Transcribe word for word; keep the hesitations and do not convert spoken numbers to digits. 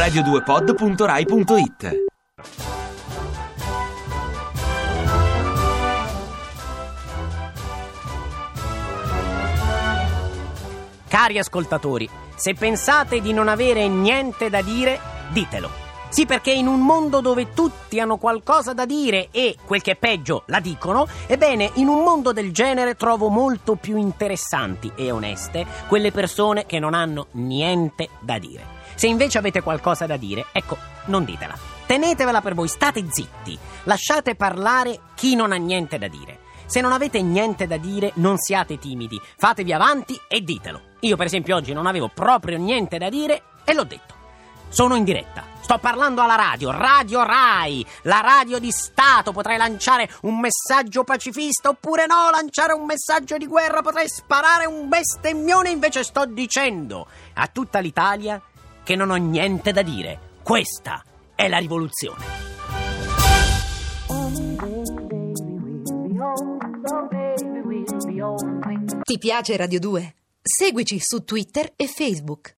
radio due pod punto rai punto it. Cari ascoltatori, se pensate di non avere niente da dire, ditelo. Sì, perché in un mondo dove tutti hanno qualcosa da dire e, quel che è peggio, la dicono, ebbene, in un mondo del genere trovo molto più interessanti e oneste quelle persone che non hanno niente da dire. Se invece avete qualcosa da dire, ecco, non ditela. Tenetevela per voi, state zitti. Lasciate parlare chi non ha niente da dire. Se non avete niente da dire, non siate timidi. Fatevi avanti e ditelo. Io, per esempio, oggi non avevo proprio niente da dire e l'ho detto. Sono in diretta. Sto parlando alla radio, Radio Rai, la radio di Stato. Potrei lanciare un messaggio pacifista oppure no, lanciare un messaggio di guerra, potrei sparare un bestemmione. Invece sto dicendo a tutta l'Italia che non ho niente da dire. Questa è la rivoluzione. Ti piace Radio due? Seguici su Twitter e Facebook.